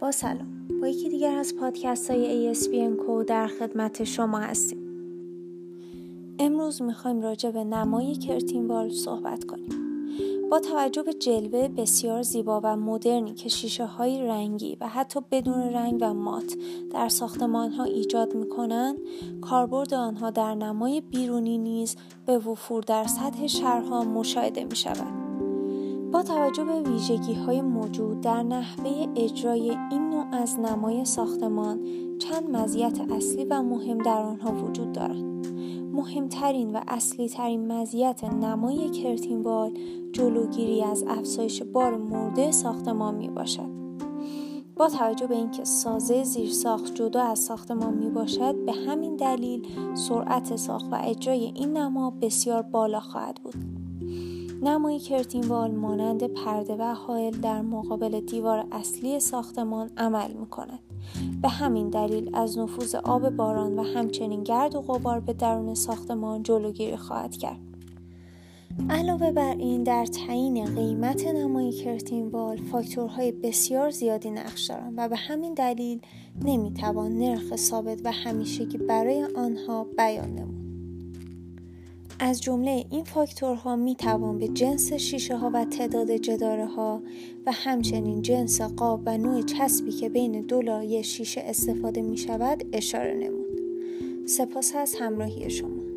با سلام، با یکی دیگر از پادکست های ASBNCO در خدمت شما هستیم. امروز میخوایم راجع به نمای کرتین وال صحبت کنیم. با توجه به جلوه بسیار زیبا و مدرنی که شیشه های رنگی و حتی بدون رنگ و مات در ساختمان ها ایجاد میکنند، کاربرد آنها در نمای بیرونی نیز به وفور در سطح شهرها مشاهده میشود. با توجه به ویژگی‌های موجود در نحوه اجرای این نوع از نمای ساختمان، چند مزیت اصلی و مهم در آنها وجود دارند. مهمترین و اصلی ترین مزیت نمای کرتین وال جلوگیری از افزایش بار مرده ساختمان می باشد. با توجه به اینکه سازه زیرساخت جدا از ساختمان می باشد، به همین دلیل سرعت ساخت و اجرای این نما بسیار بالا خواهد بود. نمای کرتین وال مانند پرده و حائل در مقابل دیوار اصلی ساختمان عمل می‌کند. به همین دلیل از نفوذ آب باران و همچنین گرد و غبار به درون ساختمان جلوگیری خواهد کرد. علاوه بر این، در تعیین قیمت نمای کرتین وال فاکتورهای بسیار زیادی نقش دارند و به همین دلیل نمی‌توان نرخ ثابت و همیشگی برای آنها بیان نمود. از جمله این فاکتورها می توان به جنس شیشه ها و تعداد جداره ها و همچنین جنس قاب و نوع چسبی که بین دو لایه شیشه استفاده می شود اشاره نمود. سپاس از همراهی شما.